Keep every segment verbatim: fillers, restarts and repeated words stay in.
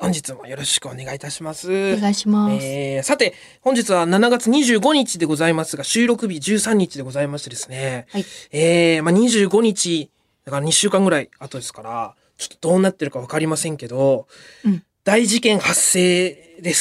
本日もよろしくお願いいたします。 お願いします。 えー、さて、本日はしちがつにじゅうごにちでございますが、収録日じゅうさんにちでございましてですね。 はい。 えー、まあ、にじゅうごにち、だからにしゅうかんぐらい後ですから、ちょっとどうなってるかわかりませんけど、 うん。 大事件発生です。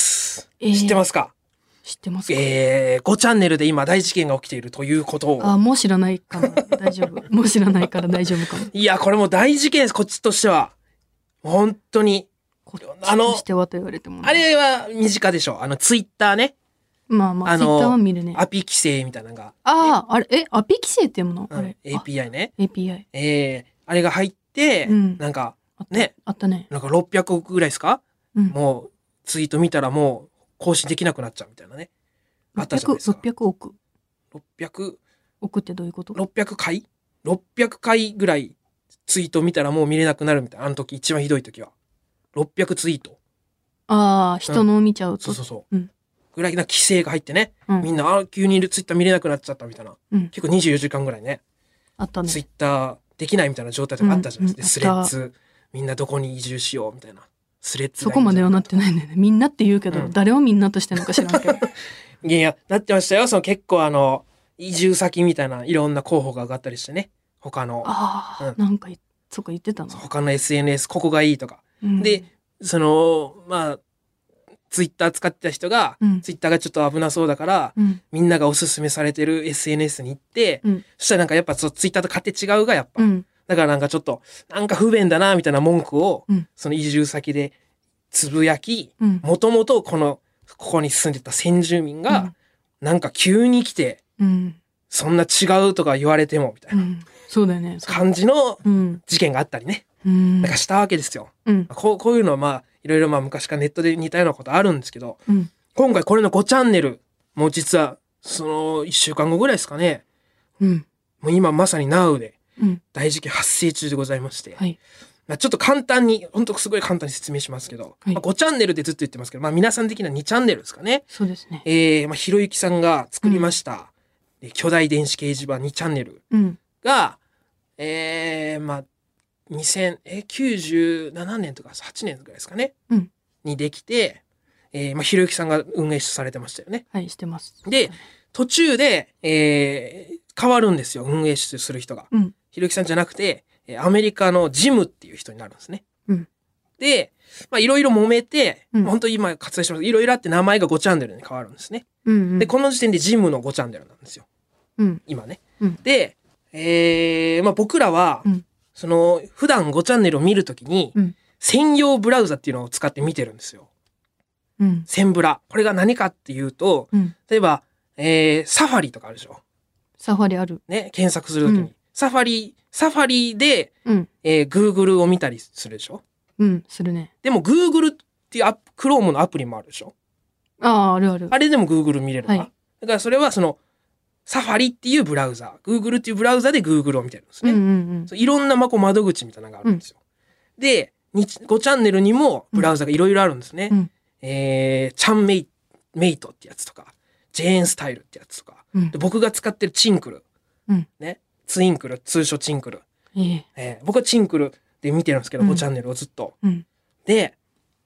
えー知ってますか？ 知ってますか？ えー、ごチャンネルで今大事件が起きているということを。 あ、もう知らないかな。大丈夫。もう知らないから大丈夫かも。 いや、これもう大事件です、こっちとしては。本当に。 こっちとしてはと言われてもね。 あれは身近でしょ。あの、ツイッターね。 まあまあ、 あのツイッターは見るね。 アピ規制みたいなのが。 ああ、あれ、え、アピ規制っていうものうんあれ。 エーピーアイ ね。 あ エーピーアイ。 えー、あれが入って、 うんなんか、 あったね。 あったね。 なんかろっぴゃくおくぐらいですか、 うん。 もう、ツイート見たらもう、更新できなくなっちゃうみたいなね。あったじゃないですか。 ろっぴゃくおく。 ろっぴゃく、 億ってどういうこと？ ろっぴゃくかい ?ろっぴゃく 回ぐらいツイート見たらもう見れなくなるみたいな。あの時、一番ひどい時は。ろっぴゃくツイート。 ああ、人のを見ちゃうと。 そうそうそう。 うん。 ぐらいな規制が入ってね。 うん。 みんな、あ、急にツイッター見れなくなっちゃったみたいな。 うん。 結構にじゅうよじかんぐらいね。 あったね。 ツイッターできないみたいな状態とかあったじゃないですか。 うんうんでスレッズ、みんなどこに移住しようみたいな。スレッズそこまではなってないんだよね。みんなって言うけど、 うん誰をみんなとしてんのか知らんけど。 いやいや、なってましたよ。その結構あの、移住先みたいないろんな候補が上がったりしてね。他の、 ああ、 うんなんかい、そっか言ってたな。 他の エスエヌエス、ここがいいとか。 うんで、その、まあ、ツイッター使ってた人が、 うんツイッターがちょっと危なそうだから、 うん。 みんながおすすめされてる エスエヌエス に行って、 うんそしたらなんかやっぱそうツイッターと勝手違うがやっぱ。 うん。 だからなんかちょっと、なんか不便だなみたいな文句を、 うんその移住先でつぶやき、 うん。 もともとこの、ここに住んでた先住民が、なんか急に来て、 うん。 そんな違うとか言われても、みたいうな。 ん。そうだよね。そう感じのうん。 事件があったりね。 うん。 なんかしたわけですよ。 うん。 こう、こういうのはまあ、いろいろまあ昔からネットで似たようなことあるんですけど、 うん。 今回これのごチャンネル、もう実は、そのいっしゅうかんごぐらいですかね。 うん。 もう今まさに ナウ でうん。 大事件発生中でございまして。 はい。 まあちょっと簡単に、ほんとすごい簡単に説明しますけど、 はいまあ、ごチャンネルでずっと言ってますけど、まあ皆さん的にはにチャンネルですかね。 そうですね。 えー、まあひろゆきさんが作りました、え巨大電子掲示板にチャンネルうん。 が、えー、まあ、にせん、え、きゅうじゅうななねんとかはちねんぐらいですかね。 うんにできて、えー、まあひろゆきさんが運営されてましたよね。 はい、してます。 で、途中で、えー、変わるんですよ。運営する人が。 うん。 ひろゆきさんじゃなくて、えーアメリカのジムっていう人になるんですね。 うん。 で、まあいろいろ揉めて、 うん本当に今活動してます。いろいろあって名前がごチャンネルに変わるんですね。 うんうん。 で、この時点でジムのごチャンネルなんですよ。 うん。 今ね。 うんで、えー、まあ僕らは、 うんその、普段ごチャンネルを見るときに、 うん。 専用ブラウザっていうのを使って見てるんですよ。 うん。 センブラ。これが何かっていうと、 うん。 例えば、えー、サファリとかあるでしょ。 サファリある。 ね、検索するときに。 うんサファリ、サファリで、 うん。 えー、Google を見たりするでしょ。 うん。するね。 でも Google っていうアップ、Chrome のアプリもあるでしょ。 ああ、あるある。 あれでも Google 見れるか、 はいだからそれはその、サファリっていうブラウザ、Google っていうブラウザで Google を見てるんですね。 うんうんそういろんなまこ窓口みたいなのがあるんですよ。で、ごチャンネルにもブラウザがいろいろあるんですね。 うん。 えー、チャンメイメイトってやつとか、ジェーンスタイルってやつとか、 うんで僕が使ってるチンクル、 うんね、ツインクル、通称チンクル。 ええ。 えー僕はチンクルで見てるんですけど、 うんごチャンネルをずっと。 うん。 で、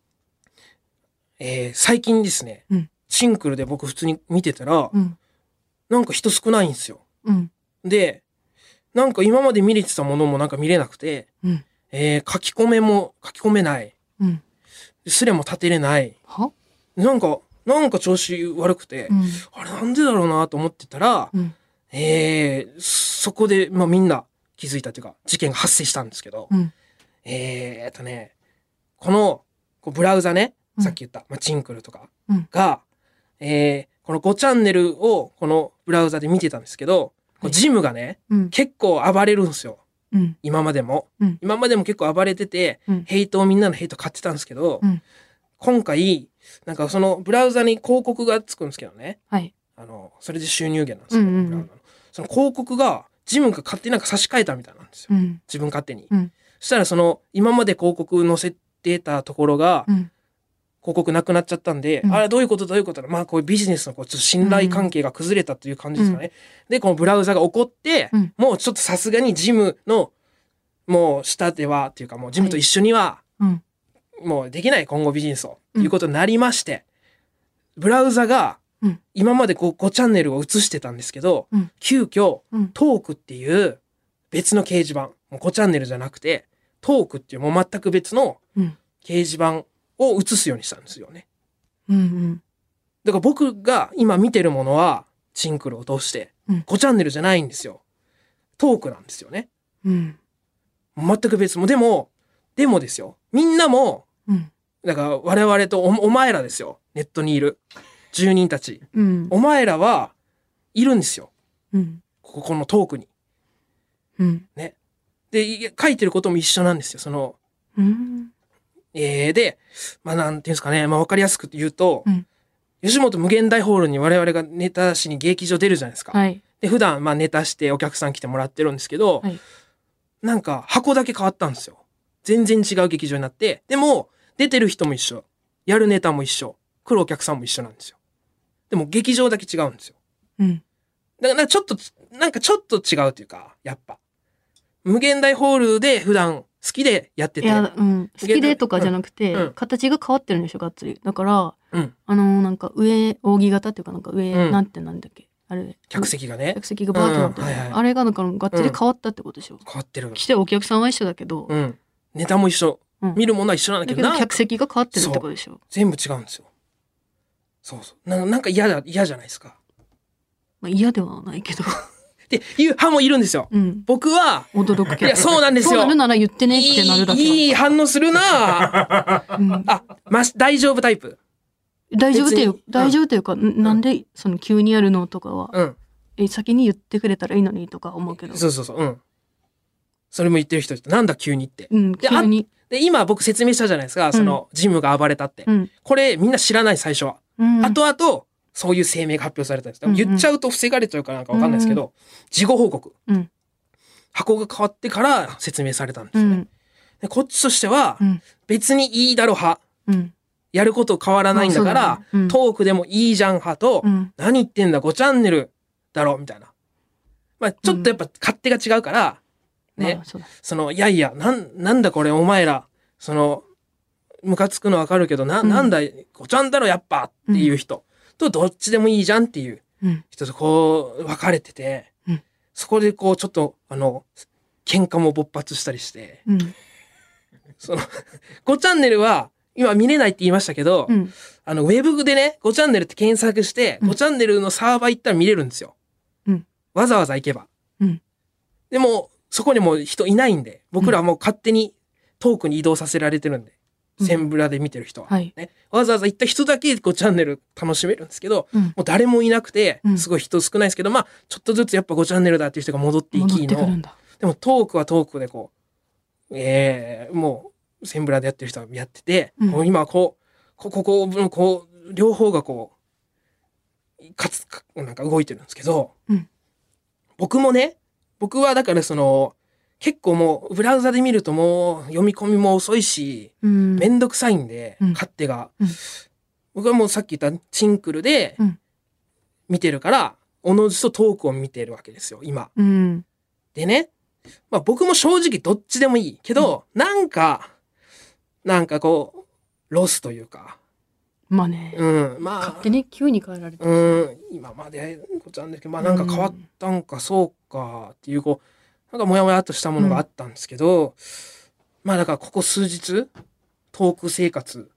えー最近ですね、 うんチンクルで僕普通に見てたら、 うん。 なんか人少ないんですよ。 うん。 で、なんか今まで見れてたものもなんか見れなくて、 うん。 えー書き込めも書き込めない。 うん。 スレも立てれない。 はなんか、なんか調子悪くて、 うん。 あれなんでだろうなと思ってたら、 うん。 えーそこで、まあ、みんな気づいたというか、事件が発生したんですけど、 うん。 えーっとね、この、こうブラウザね、 うんさっき言った、まあ、チンクルとかうんが、えーこのごチャンネルをこのブラウザで見てたんですけど、こうジムがね、 うん。 結構暴れるんですよ。 うん。 今までも。 うん今までも結構暴れてて、 うんヘイトをみんなのヘイト買ってたんですけど、 うん今回、なんかそのブラウザに広告がつくんですけどね。 はい。 あの、それで収入源なんですよ、 うんうんうんブラウザの。その広告が、ジムが勝手になんか差し替えたみたいなんですよ。 うん。 自分勝手に。 うん。 そしたらその、今まで広告載せてたところが、 うん。 広告なくなっちゃったんで、 うんあれどういうことどういうことだまあこういうビジネスのこうちょっと信頼関係が崩れたという感じですかね。で、このブラウザが怒って、 うんもうちょっとさすがにジムの、もう下ではっていうかもうジムと一緒には、 うん。 もうできない今後ビジネスを、ということになりまして、ブラウザが今までこうごチャンネルを映してたんですけど、 うん、 急遽、 うん、 トークっていう別の掲示板、もうごチャンネルじゃなくて、トークっていうもう全く別の掲示板を映すようにしたんですよね。 うんうん、 だから僕が今見てるものは、チンクルを通して、ごチャンネルじゃないんですよ。トークなんですよね。 うん、 全く別も。でも、でもですよ。みんなも、 うん、 だから我々と お, お前らですよ。ネットにいる住人たち。 うん、 お前らはいるんですよ。 うん、 ここのトークに。 うん、 ね。で、書いてることも一緒なんですよ。その、 うん、 えー、で、まあなんていうんですかね。まあわかりやすく言うと、 うん、 吉本無限大ホールに我々がネタしに劇場出るじゃないですか。 はい、 で、普段まあネタしてお客さん来てもらってるんですけど、 はい、 なんか箱だけ変わったんですよ。全然違う劇場になって、でも出てる人も一緒。やるネタも一緒。来るお客さんも一緒なんですよ。でも劇場だけ違うんですよ。 うん。 だからちょっと、なんかちょっと違うというか、やっぱ。無限大ホールで普段好きでやってて。 いや、うん。好きでとかじゃなくて、 うんうん、 形が変わってるんでしょ、がっつり。だから、 うん、 あのー、なんか上、扇形っていうかなんか上、 うん、 なんてなんだっけ。あれ。 客席がね。 客席がバーッとなってる、うんはいはい。あれがなんかがっつり変わったってことでしょ。うん、 変わってる。 来てるお客さんは一緒だけど。 うん。ネタも一緒。うん、見るものは一緒なんだけど。 だけど客席が変わってるってことでしょ。 全部違うんですよ。そうそう。ななんか嫌だ、嫌じゃないですか。 まあ嫌ではないけど。 っていう派もいるんですよ。うん、僕は。 驚くけど。 いや、そうなんですよ。 そうなるなら言ってねってなるだけ。 いい、いい反応するな、うん、あ、ま、大丈夫タイプ。 大丈夫っていう、大丈夫というか、うん、なんでその急にやるのとかは、うん、え、先に言ってくれたらいいのにとか思うけど。 そうそうそう。うん。それも言ってる人なんだ急にって。 うん、急に。 で、今僕説明したじゃないですか。その、ジムが暴れたって。うん、これみんな知らない最初は。うん、後々、そういう声明が発表されたんです。でも言っちゃうと防がれちゃうからなんかわかんないですけど、うん、事後報告、うん。箱が変わってから説明されたんですよね。うん、でこっちとしては、別にいいだろ派。うん、やること変わらないんだから、うん、トークでもいいじゃん派と、うん、何言ってんだごチャンネルだろみたいな。まあちょっとやっぱ勝手が違うから、うん、ね、まあ、そ, その、いやいや、なん、なんだこれお前ら、その、ムカつくのわかるけど、な、うん、なんだ、ごちゃんだろやっぱっていう人。とどっちでもいいじゃんっていう人とこう分かれてて、うん、そこでこうちょっとあの喧嘩も勃発したりして、うん、そのごチャンネルは今見れないって言いましたけど、うん、あのウェブでねごチャンネルって検索して、うん、ごチャンネルのサーバー行ったら見れるんですよ、うん、わざわざ行けば、うん、でもそこにも人いないんで僕らはもう勝手にトークに移動させられてるんで、センブラで見てる人は、ね、はい、わざわざ行った人だけこうチャンネル楽しめるんですけど、うん、もう誰もいなくてすごい人少ないですけど、うん、まあちょっとずつやっぱごチャンネルだっていう人が戻っていきの、でもトークはトークでこう、えー、もうセンブラでやってる人がやってて、うん、こう今こうこここうこう両方がこうかつなんか動いてるんですけど、うん、僕もね僕はだからその結構もうブラウザで見るともう読み込みも遅いし、うん、めんどくさいんで、うん、勝手が、うん、僕はもうさっき言ったチンクルで見てるから、おのずとトークを見てるわけですよ今、うん、でね、まあ、僕も正直どっちでもいいけど、うん、なんかなんかこうロスというかまあね、うん、まあ勝手に急に変えられて、 うん、今までこちゃんですけど、まあなんか変わったんか、そうかっていうこうなんかモヤモヤっとしたものがあったんですけど、うん、まあだからここ数日トーク生活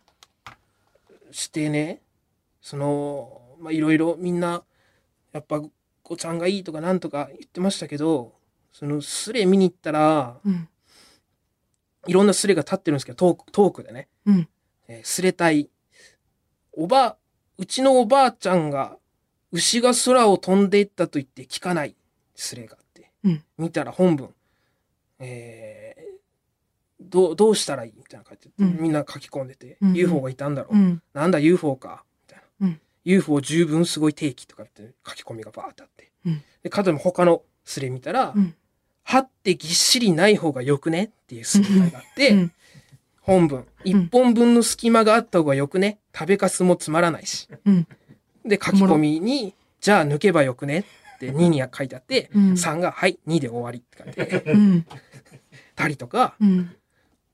してね、うん、そのまあいろいろみんなやっぱごちゃんがいいとかなんとか言ってましたけど、そのスレ見に行ったら、うん、いろんなスレが立ってるんですけどトーク、トークでね、うんえー、スレ隊おばうちのおばあちゃんが牛が空を飛んでいったと言って聞かないスレがうん、見たら本文、えー、どう、どうしたらいいみたいな感じで、うん、みんな書き込んでて、うん、ユーフォー がいたんだろう、うん、なんだ ユーフォー かみたいな、うん、ユーフォー 十分すごい定期とかって書き込みがバーってあって、うん、でかとも他のスレ見たら、うん、歯ってぎっしりない方がよくねっていうスレがあって、うん、本文一本分の隙間があった方がよくね、食べかすもつまらないし、うん、で書き込みにじゃあ抜けばよくねにに書いてあって、うん、さんがはいにで終わりって感じで、うん、たりとか、うん、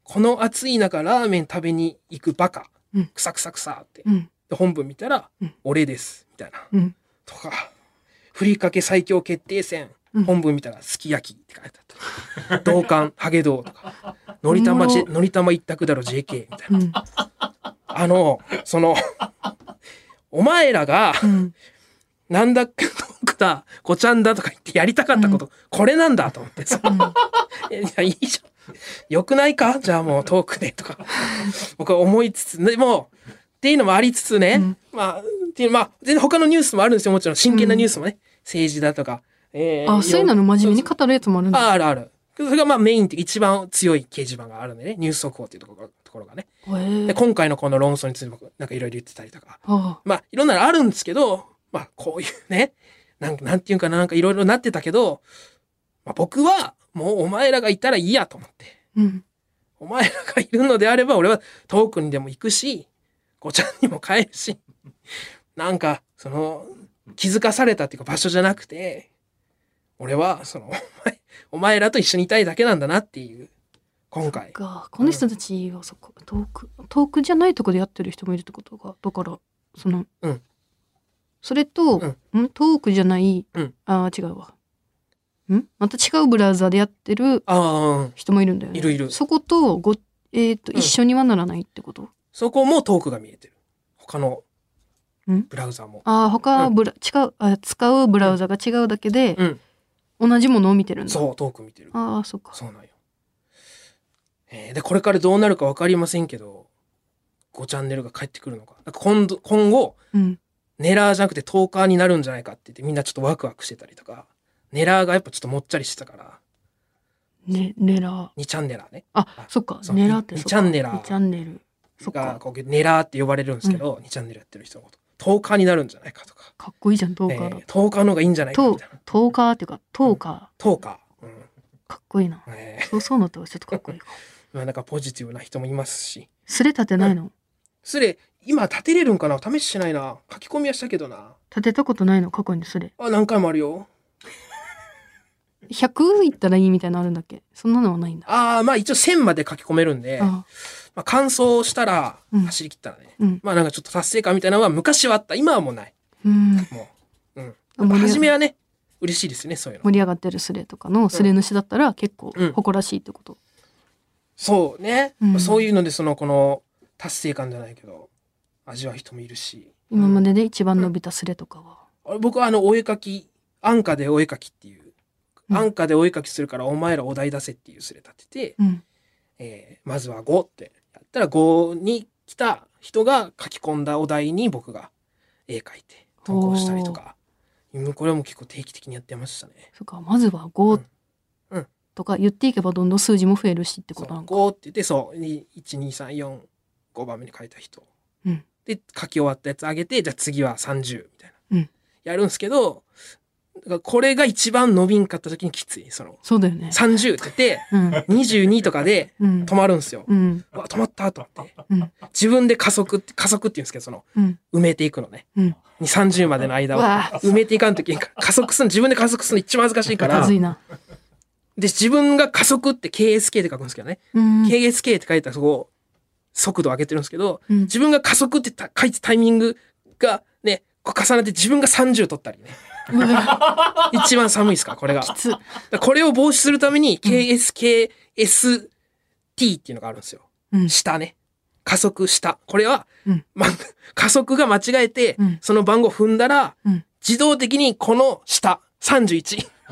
この暑い中ラーメン食べに行くバカ、 うん、 くさくさくさって、 うん、 で本文見たら、うん、俺ですみたいな、 うん、 とかふりかけ最強決定戦、うん、本文見たらすき焼きって書いてあった同感ハゲドウとかのりたまジェのりたま一択だろ ジェーケー みたいな、うん、あのそのお前らが、うん、なんだトークだこちゃんだとか言ってやりたかったこと、うん、これなんだと思ってさ、うん、いやいいじゃんよくないかじゃあもうトークでとか僕は思いつつでもっていうのもありつつね、うん、まあっていうまあ全然他のニュースもあるんですよもちろん真剣なニュースもね、うん、政治だとか、 えー、あそういうの真面目に語るやつもあるんだ。 ああるあるそれがまあメインって一番強い掲示板があるんでねニュース速報っていうところところがねで今回のこの論争について僕なんかいろいろ言ってたりとかまあいろんなのあるんですけどまあこういうねなんかなんていうかななんかいろいろなってたけど、まあ、僕はもうお前らがいたらいいやと思って、うん、お前らがいるのであれば俺は遠くにでも行くしごちゃんにも帰るしなんかその気づかされたっていうか場所じゃなくて俺はそのお前、お前らと一緒にいたいだけなんだなっていう今回かこの人たちはそこ、うん、遠く遠くじゃないところでやってる人もいるってことがだからその、うん、それと、うん、遠くじゃない、うん、あ違うわんまた違うブラウザーでやってる人もいるんだよね。 いるいる。 そことご、えーとうん、一緒にはならないってこと？ そこも遠くが見えてる。他のブラウザーも。 ああ他ブラ、うん、違うあ使うブラウザが違うだけで、うん、同じものを見てるんだ。 そう遠く見てる。 ああそっか。 そうなんよ。えー、でこれからどうなるか分かりませんけど、ごチャンネルが帰ってくるのか。なんか今度今後、うん、ネラーじゃなくてトーカーになるんじゃないかって言ってみんなちょっとワクワクしてたりとか。ネラーがやっぱちょっともっちゃりしてたから。 ね、ネラー。 にチャンネラーね。 あ、あそっか。ネラーってにチャンネラー。 にチャンネル。 そっか。こうネラーって呼ばれるんですけど、うん、にチャンネルやってる人のこと。トーカーになるんじゃないかとか。 かっこいいじゃん、トーカーだ、 えー。トーカーの方がいいんじゃないかみたいな。 トーカーっていうか、トーカー。うん、 トーカー。うん、 かっこいいな。えー、そうそうなったらちょっとかっこいいか。 まあなんかポジティブな人もいますし。 スレ立てないの？うん、 スレ、今立てれるんかな試してないな。書き込みはしたけどな。 立てたことないの過去にスレ。 あ、何回もあるよ。 ひゃくいったらいいみたいなのあるんだっけ？そんなのはないんだ。 ああ、まあ一応せんまで書き込めるんで、あまあ、完走したら、走り切ったらね、うん、まあなんかちょっと達成感みたいなのは昔はあった。今はもうない。うん、もう。うん。初めはね、嬉しいですね、そういうの。 盛り上がってるスレとかのスレ主だったら結構誇らしいってこと。うんうん、 そうね、うん。そういうので、その、この達成感じゃないけど、味わう人もいるし。 今までで一番伸びたスレとかは、 うん、僕はあの、お絵描き、安価でお絵描きっていう、安価でお絵描きするからお前らお題出せっていうスレ立てて、うんえー、まずはごってやったらごに来た人が書き込んだお題に僕が絵描いて投稿したりとかこれはもう結構定期的にやってましたね。 そっかまずはご、うんうん、とか言っていけばどんどん数字も増えるしってことなのか。 ごって言ってそういちにさんよんごばんめに書いた人、うん、で書き終わったやつ上げてじゃあ次はさんじゅうみたいな、うん、やるんですけどこれが一番伸びんかった時にきつい。そのそうだよね。 さんじゅうって言って、うん、にじゅうにとかで止まるんですよ。うん、うわ止まったと思って、うん、自分で加速って加速って言うんですけどその、うん、埋めていくのね。うん、にさんじゅうまでの間を埋めていかんときに加速する自分で加速するの一番恥ずかしいから。 恥ずいな。 で自分が加速って ケーエスケー って書くんですけどね。うん、ケーエスケー って書いたらそこ速度を上げてるんですけど、うん、自分が加速って書いたタイミングがねこう重なって自分がさんじゅう取ったりね。一番寒いですかこれが。 きつ。 これを防止するために ケーエスケーエスティー っていうのがあるんですよ。うん、下ね。加速下。これは、うんま、加速が間違えて、うん、その番号踏んだら、うん、自動的にこの下、さんじゅういち、うん、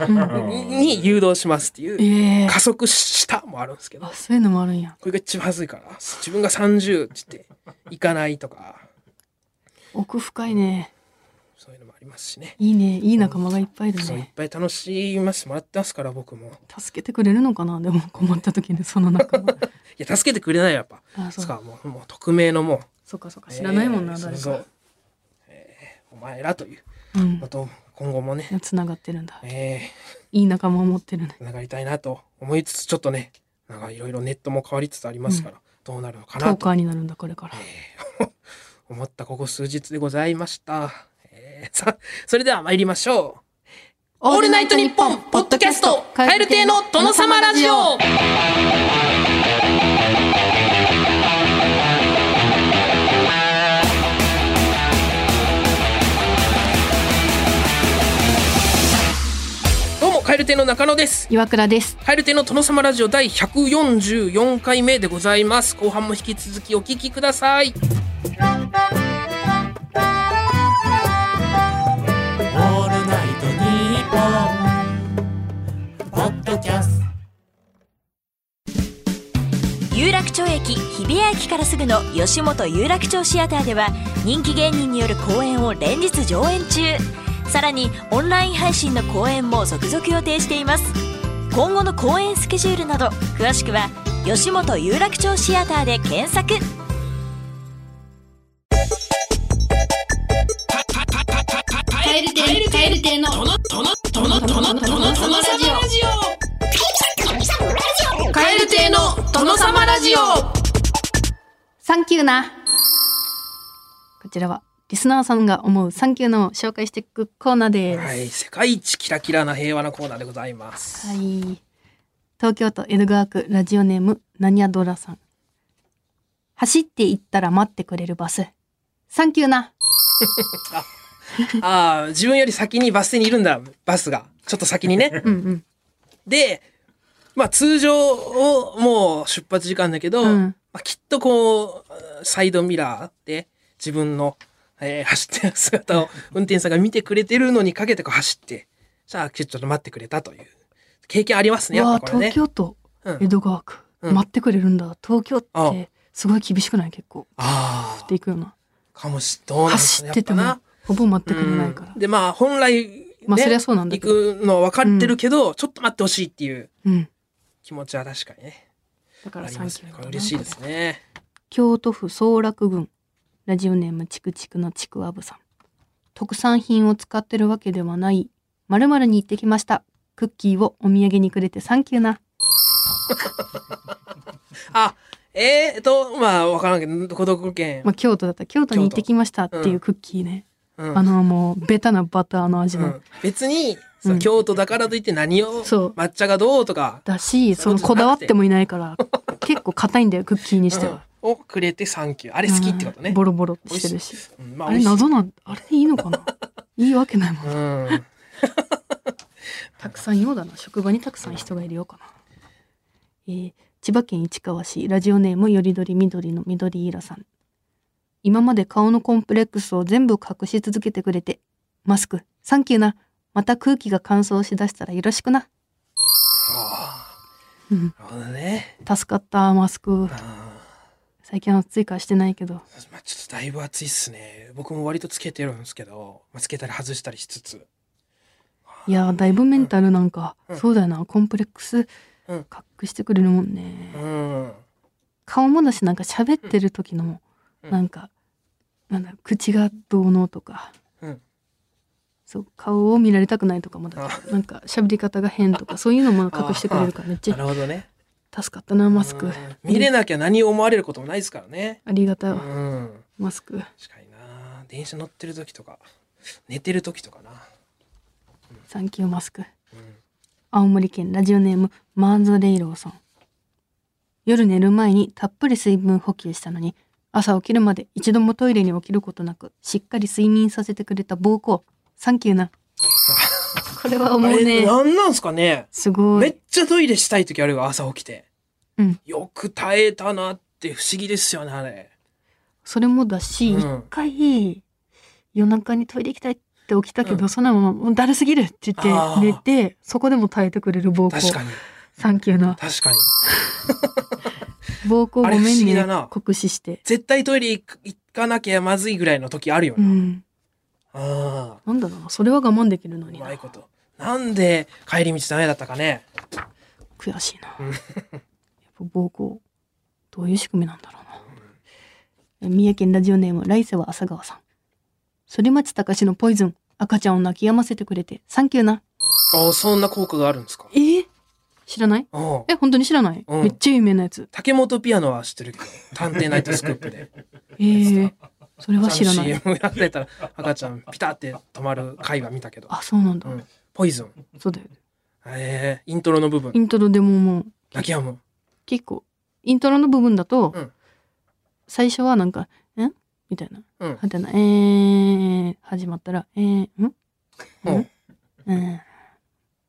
に誘導しますっていう、えー、加速下もあるんですけど。 あ、そういうのもあるんや。 これが一番恥ずいから。自分がさんじゅうって言って、行かないとか。 奥深いね。 そういうのもありますしね。 いいね、いい仲間がいっぱいいるね。 そういっぱい楽しませてもらってますから僕も。 助けてくれるのかなでも困った時にその仲間。いや助けてくれないよやっぱ。ああそうかもうもう匿名のもう。 そっかそっか知らないもんな、えー、誰か。そうそう、 えー、お前らというのと、うん、今後もね。 つながってるんだ。 えー、いい仲間を持ってるね。 つながりたいなと思いつつちょっとねなんかいろいろネットも変わりつつありますから、うん、どうなるのかなと。 トーカーになるんだこれから。 えー、思ったここ数日でございました。さあ、それでは参りましょう。オールナイトニッポンポッドキャスト蛙亭の殿様ラジオ。 亭の中野です。 岩倉です。 蛙亭の殿様ラジオ第ひゃくよんじゅうよんかいめでございます。後半も引き続きお聞きください。 有楽町駅日比谷駅からすぐの吉本有楽町シアターでは人気芸人による公演を連日上演中。さらにオンライン配信の公演も続々予定しています。今後の公演スケジュールなど詳しくは吉本有楽町シアターで検索。 蛙亭蛙亭の殿様ラジオ。 蛙亭の殿様ラジオ。 サンキューな。こちらはリスナーさんが思うサンキューのを紹介していくコーナーです。 はい、世界一キラキラな平和なコーナーでございます。 はい。東京都江戸川区ラジオネームナニャドラさん。走って行ったら待ってくれるバス。サンキューな。 ああ、自分より先にバス停にいるんだ、バスが。ちょっと先にね。 うんうん、で、 まあ通常もう出発時間だけど、うん、まあ、きっとこう、サイドミラーで自分のえー、走ってる姿を運転手さんが見てくれてるのにかけてこう走って、じゃあちょっと待ってくれたという経験ありますね。やっぱこれね。 東京都江戸川区、うん、待ってくれるんだ。東京ってすごい厳しくない？結構ああ、振っていくようなかもしどうなんですね。 走っててもほぼ待ってくれないから。 うん、でまあ本来、ね、 まあそりゃそうなんだけど行くのは分かってるけど、うん、ちょっと待ってほしいっていう気持ちは確かにね。 だからサンキュー、ね、 これ嬉しいですね。 京都府総楽郡ラジオネームチクチクのちくわぶさん。特産品を使ってるわけではない〇〇に行ってきました。クッキーをお土産にくれてサンキューな。 あ、えー、っとまあ分からんけど孤独圏、 まあ、京都だったら京都に行ってきましたっていうクッキーね、うん、あのもうベタなバターの味の、うん、 別にそう、うん、京都だからといって何を抹茶がどうとかだし、そのこだわってもいないから結構硬いんだよクッキーにしては、 うん、をくれてサンキュー。あれ好きってことね。 ボロボロってしてるし、うんまあ、あれ謎なんあれでいいのかな。いいわけないもん、うん、たくさん用だな。職場にたくさん人がいるようかな、えー、千葉県市川市ラジオネームよりどりみどりのみどりいらさん。今まで顔のコンプレックスを全部隠し続けてくれてマスクサンキューな。また空気が乾燥しだしたらよろしくな。ああ、なるほどね。助かったマスク。最近は追加してないけど、まあ、ちょっとだいぶ暑いっすね。僕も割とつけてるんですけど、まあ、つけたり外したりしつつ、 いやだいぶメンタルなんか、うん、そうだよな。コンプレックス隠してくれるもんね、うん、顔もだしなんか喋ってる時の、うん、なんかなんだ口がどうのとか、うん、そう顔を見られたくないとかもだけどなんか喋り方が変とかそういうのも隠してくれるからめっちゃなるほどね。 助かったなマスク。 見れなきゃ何を思われることもないですからね。 ありがたいわ、うん、マスク。 確かにな。電車乗ってる時とか寝てる時とかな、うん、 サンキューマスク、うん、青森県ラジオネームマーズレイローさん。夜寝る前にたっぷり水分補給したのに朝起きるまで一度もトイレに起きることなくしっかり睡眠させてくれた膀胱サンキューな。これは思うね。 なんなんすかね。 すごい。 めっちゃトイレしたい時あるよ朝起きて、うん、よく耐えたなって不思議ですよねあれ。 それもだし、うん、一回夜中にトイレ行きたいって起きたけど、うん、そんなもんだるすぎるって言って寝てそこでも耐えてくれる膀胱。 確かにサンキューな。 確かに膀胱ごめんね酷使して絶対トイレ行かなきゃまずいぐらいの時あるよな、うん、 あなんだろうな。それは我慢できるのにな。 うまいこと。なんで帰り道ダメだったかね。 悔しいな。やっぱ膀胱どういう仕組みなんだろうな、うん、三重県ラジオネーム来世は朝川さん。反町隆史のポイズン赤ちゃんを泣き止ませてくれてサンキューな。 あ、そんな効果があるんですか。 えー、知らない？え本当に知らない、うん、めっちゃ有名なやつ。 竹本ピアノは知ってるけど探偵ナイトスクープでえーそれは知らない。 シーエム やってたら赤ちゃんピタって止まる回は見たけど。 あそうなんだ、うん、 ポイズン。 そうだよね。 えー、イントロの部分イントロでももう泣き止む。 結構イントロの部分だと、うん、最初はなんかんみたいな、うん、はてなえー始まったらえーんんうん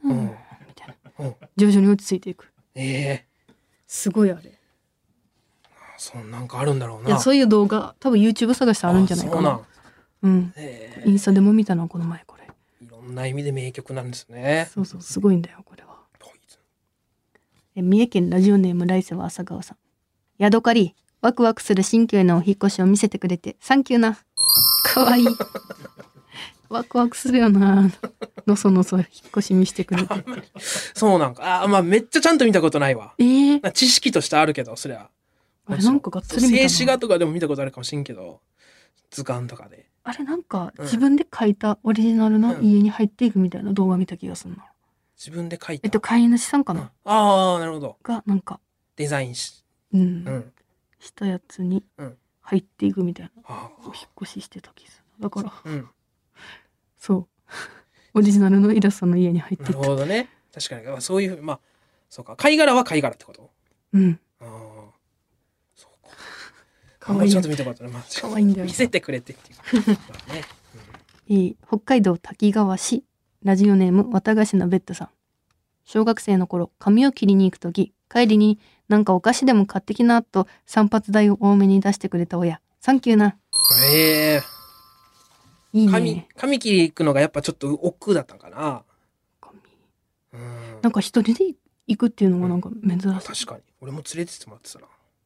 うん、みたいな、うん、徐々に落ち着いていく。 ええー、 すごいあれ。 そんなんかあるんだろうな。 いやそういう動画多分 YouTube 探してあるんじゃないかな。うん、えー、インスタでも見たなこの前これ。 いろんな意味で名曲なんですね。 そうそうすごいんだよこれは。え三重県ラジオネーム来世は朝顔さん。ヤドカリワクワクする新居へのお引っ越しを見せてくれてサンキューな。かわいい。ワクワクするよな。のそのそ引っ越し見してくれて。 そうなんか。あ、まあめっちゃちゃんと見たことないわ。 えー、 知識としてあるけどそりゃ。 あれなんかがっつり見たな。 静止画とかでも見たことあるかもしれんけど図鑑とかで。 あれなんか自分で描いたオリジナルの家に入っていくみたいな動画見た気がするな。 自分で描いた。 えっと飼い主さんかな。うん、 ああなるほど。 がなんかデザインし、 うん、うん、したやつに入っていくみたいな。うん、引っ越ししてた気がする。だから、うん、そうオリジナルのイラストの家に入っていった。 なるほどね。確かにそういうまあそうか貝殻は貝殻ってこと。 うん。 ああそうか。かわいい。ちゃんと見たことない。 かわいいんだよ。 見せてくれてっていうか。ね。 うん、いい北海道滝川市ラジオネーム綿菓子のベッドさん。小学生の頃髪を切りに行くとき帰りになんかお菓子でも買ってきなと散髪代を多めに出してくれた親サンキューな。 へえー、いいね。髪髪切り行くのがやっぱちょっと億劫だったんかな。 髪、うん、なんか一人で行くっていうのがなんか珍しい、うん、 確かに俺も連れてってもらってたな。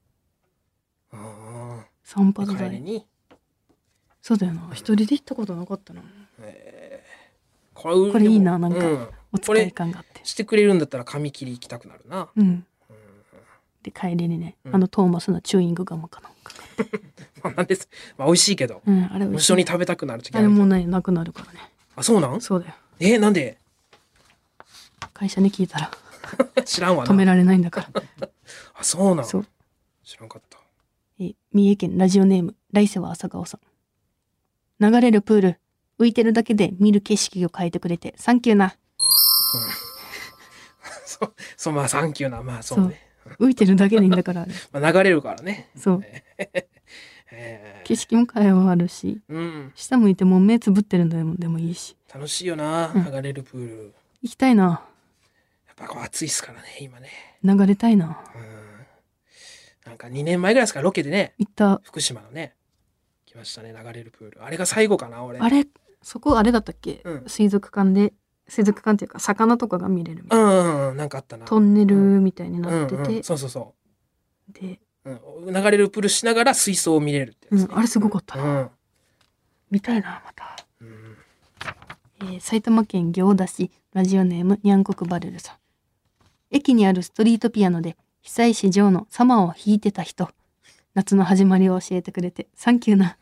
あ散髪代帰りにそうだよな、うん、一人で行ったことなかったな。 へー、 これこれいいな、なんか、うん、お使い感があってしてくれるんだったら髪切り行きたくなるな。 うん、うん、で帰りにね、うん、あのトーマスのチューイングガムかなんかまあなんです、まあ、美味しいけど、 うん、あれ美味しい。 一緒に食べたくなる時あれもうねなくなるからね。 あ、そうなん？ そうだよ。 えー、なんで？ 会社に聞いたら知らんわな。 止められないんだからあ、そうなん？ そう知らんかった。 え三重県ラジオネーム来世は朝顔さん。流れるプール浮いてるだけで見る景色を変えてくれてサンキューな。 うん、そうそう、まあサンキューな、まあそうね。 浮いてるだけでいいんだからまあ流れるからね。 そう、えー、景色も変わるし、うん、下向いてもう目つぶってるんでもでもいいし楽しいよな、うん、流れるプール行きたいな。 やっぱこう暑いっすからね今ね。 流れたいな。 うん、なんかにねんまえぐらいですかロケでね行った福島のね来ましたね流れるプール。あれが最後かな俺。 あれそこあれだったっけ、うん、水族館で水族館っていうか魚とかが見れるみたいな、 うんうん、なんかあったな。 トンネルみたいになってて、うんうんうん、 そうそうそうで、 うん、流れるプールしながら水槽を見れるってやつ、ね、 うん、あれすごかったな、うん、見たいなまた、うんえー、埼玉県行田市ラジオネームにゃんこくバレルさん。駅にあるストリートピアノで久石譲のサマーを弾いてた人夏の始まりを教えてくれてサンキューな。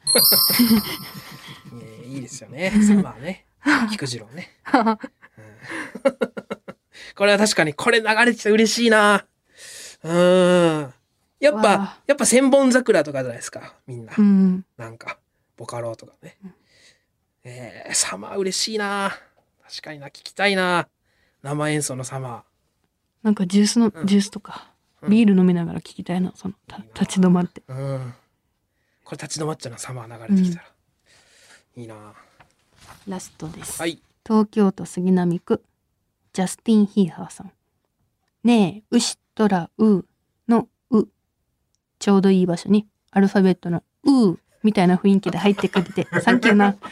いいですよねサマーね菊次郎ね、うん、これは確かにこれ流れてて嬉しいな。うんやっぱやっぱ千本桜とかじゃないですかみんな、うん、なんかボカロとかね、うん、えー、サマー嬉しいな。確かにな聞きたいな生演奏のサマー。 なんかジュースの、うん、ジュースとか、うん、ビール飲みながら聞きたいなそのた立ち止まって、 うん、これ立ち止まっちゃうなサマー流れてきたら、うん、いいな。 ラストです、 はい、 東京都杉並区ジャスティン・ヒーハーさん。ねえ、うしとらうのう。ちょうどいい場所にアルファベットのうみたいな雰囲気で入ってくれて、サンキューな。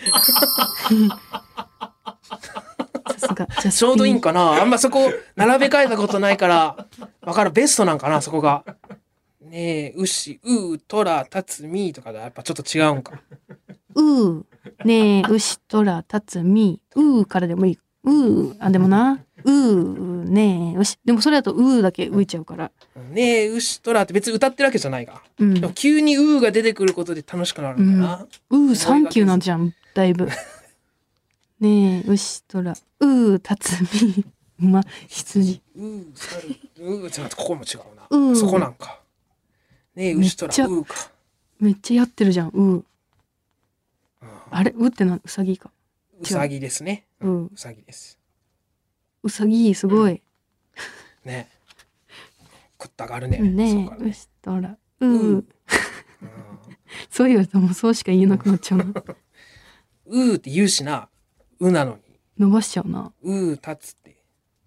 さすが。 ちょうどいいんかな。あんまそこ並べ替えたことないから、わかる。ベストなんかな、そこが。ねえ、うし、う、とら、たつ、みとかでやっぱちょっと違うんか。 う、ねえ、うし、とら、たつ、み、うからでもいい。うあでもなうねえよしでもそれだとうだけ浮いちゃうからねえうしとらって別に歌ってるわけじゃないが、うん、でも急にうが出てくることで楽しくなるんだな、 うん、うサンキューなんじゃんだいぶねえうしとらうたつみ馬羊うさるうちょっとここも違うな、うそこなんかねえうしとらうかめっちゃやってるじゃんう、うん、あれうってなうさぎかうさぎですね。うん、うさぎです。 うさぎすごい。うん、 ね。食ったがるね。 ねえ、うしたら、う、うん、そう言われたらもうそうしか言えなくなっちゃうな。 うって言うしな、うなのに。 伸ばしちゃうな。 う立つって。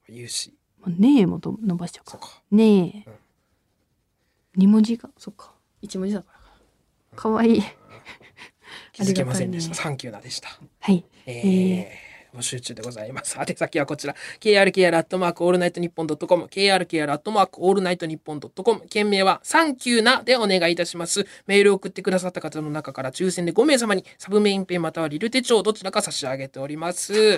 言うし。 ねえもと伸ばしちゃうか。ねえ。二、うん、文字が、そっか。一文字だから。かわいい。 気づけませんでした。サンキューなでした。 はい。 えー、えー募集中でございます。宛先はこちら ケーアールケーアール アットマークオールナイトニッポンドットコム ケーアールケーアール アットマークオールナイトニッポンドットコム件名はサンキューなでお願いいたします。メールを送ってくださった方の中から抽選でごめいさまにサブメインペンまたはリル手帳どちらか差し上げております。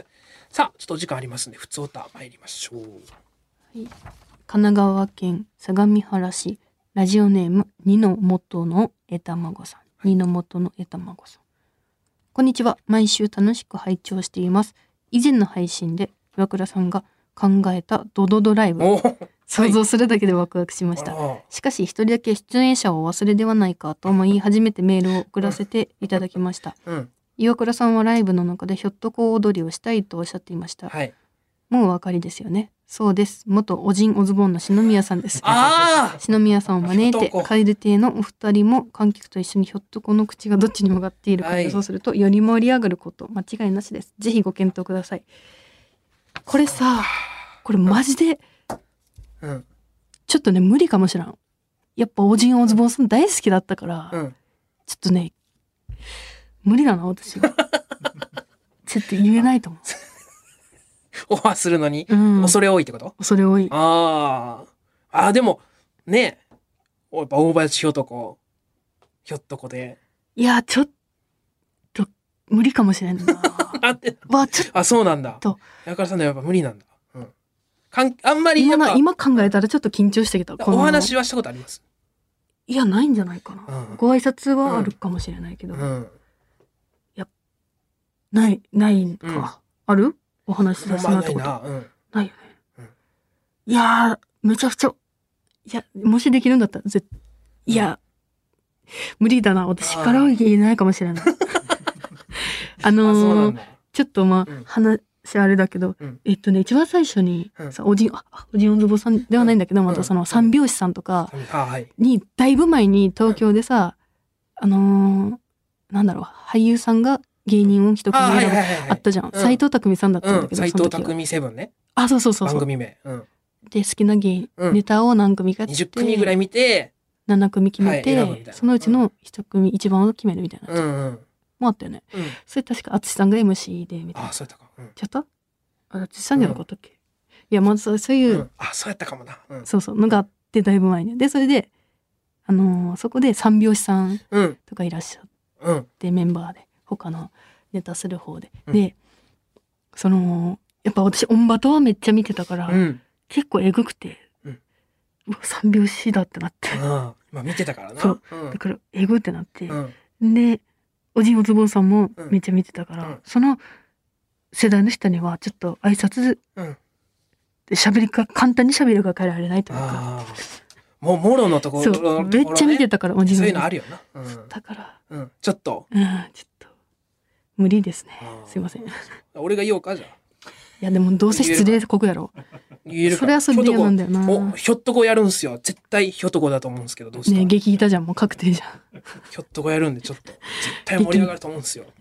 さあちょっとお時間ありますんでふつおた参りましょう。はい、 神奈川県相模原市ラジオネーム二の元のえたまごさん、はい、二の元のえたまごさん、こんにちは。毎週楽しく拝聴しています。以前の配信で岩倉さんが考えたドドドライブ想像するだけでワクワクしました、はい、しかし一人だけ出演者をお忘れではないかと思い初めてメールを送らせていただきました、うん、岩倉さんはライブの中でひょっとこ踊りをしたいとおっしゃっていました、はい、もうお分かりですよね。そうです。元おじんおズボンの篠宮さんです。あ篠宮さんを招いて蛙亭のお二人も観客と一緒にひょっとこの口がどっちに曲がっているか予想すると、はい、より盛り上がること間違いなしです。ぜひご検討ください。これさこれマジで、うん、ちょっとね無理かもしらん。やっぱおじんおズボンさん大好きだったから、うん、ちょっとね無理だな私はちょっと言えないと思うオファーするのに、うん、恐れ多いってこと？ 恐れ多い。 ああ、あでもね、やっぱ大林ひょとこ、ひょっとこで。 いやちょっと無理かもしれんな。 あってわちょっとあそうなんだ。矢倉さんのやっぱ無理なんだ。うん。かんあんまりやっぱ今考えたらちょっと緊張してきた。 お話はしたことあります？ いやないんじゃないかな。うん、ご挨拶はあるかもしれないけど、うんうん、いやないないか、うん、ある？お話しさせてもらったこと、まあ、ないな、うん、ないよね、うん、いやーめちゃくちゃいやもしできるんだったらぜいや無理だな私カラオケ言えないかもしれないあのー、ちょっとまあ、うん、話あれだけど、うん、えっとね一番最初に、うん、さおじんあおじんおずぼさんではないんだけど、うん、またその三拍子さんとかにだいぶ前に東京でさ、あのー、なんだろう俳優さんが芸人を一組選ぶあったじゃん。斎藤工さんだったんだけど、 斎藤工セブンね。 あ、そうそうそう番組名。うん、 で好きな芸ネタを何組かにじゅっくみぐらい見てなな組決めて、そのうちの一組一番を決めるみたいな。うんうん。もあったよね。それ確か淳さんが エムシー でみたいな。 あ、そうやったか。 ちゃった？あ、淳さんじゃなかったっけ？いやまずそういう、 あ、そうやったかもな。 そうそうのがあってだいぶ前に。でそれであのそこで三拍子さんとかいらっしゃってメンバーで他のネタする方で、うん、でそのやっぱ私オンバトはめっちゃ見てたから、うん、結構えぐくて、うん、三拍子だってなってあまあ見てたからなそう、うん、だからえぐってなって、うん、でおじんおズボンさんもめっちゃ見てたから、うん、その世代の人にはちょっと挨拶で喋りか簡単に喋るが変えられないというかもうもろのところ、 そうめっちゃ見てたからおじんおズボンそういうのあるよな、 うん、だから、 うん、ちょっと、 うん、ちょっと無理ですね。すいません。 俺が言おうかじゃあ。 いやでもどうせ失礼ここやろ。言えるか。それはそれで嫌なんだよな。 おひょっとこやるんすよ。絶対ひょっとこだと思うんですけどどうした？ ね激痛じゃんもう確定じゃん。 ひょっとこやるんでちょっと絶対盛り上がると思うんですよ。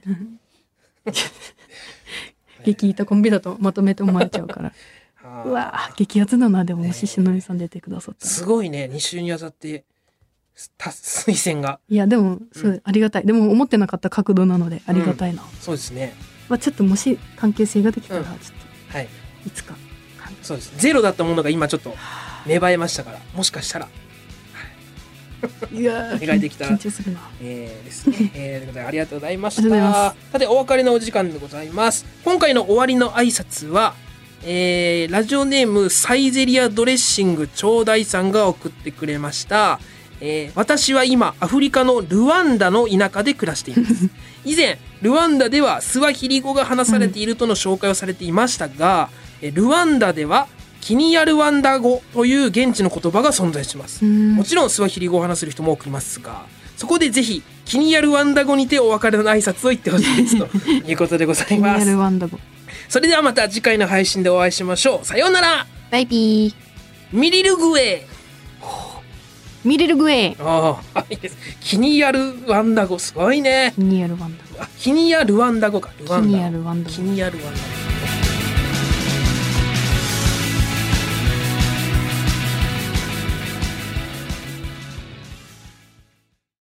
激痛コンビだとまとめて思われちゃうから。うわ激アツだなでももし篠宮さん出てくださったら。 すごいねに週にわたって。推薦がいやでもそう、うん、ありがたいでも思ってなかった角度なのでありがたいな、うん、 そうですね、 まあ、ちょっともし関係性ができたらちょっと、 うん、はいいつか、 はい、そうですゼロだったものが今ちょっと芽生えましたからもしかしたら、 はい、いやお願いできたら緊張するなえーですね、えー、ということでありがとうございましたさてお別れのお時間でございます今回の終わりの挨拶はえー、ラジオネームサイゼリアドレッシングちょうだいさんが送ってくれましたえー、私は今アフリカのルワンダの田舎で暮らしています以前ルワンダではスワヒリ語が話されているとの紹介をされていましたが、うん、ルワンダではキニヤルワンダ語という現地の言葉が存在します、うん、もちろんスワヒリ語を話せる人も多くいますがそこでぜひキニヤルワンダ語にてお別れの挨拶を言ってほしいですということでございますキニヤルワンダ語それではまた次回の配信でお会いしましょうさようならバイビーミリルグエミリルグエああ、いいです。キニヤルワンダ語すごいね。 キニヤルワンダ語。 あ、キニヤルワンダ語か。 ルワンダ。キニヤルワンダ語。 キニヤルワンダ語。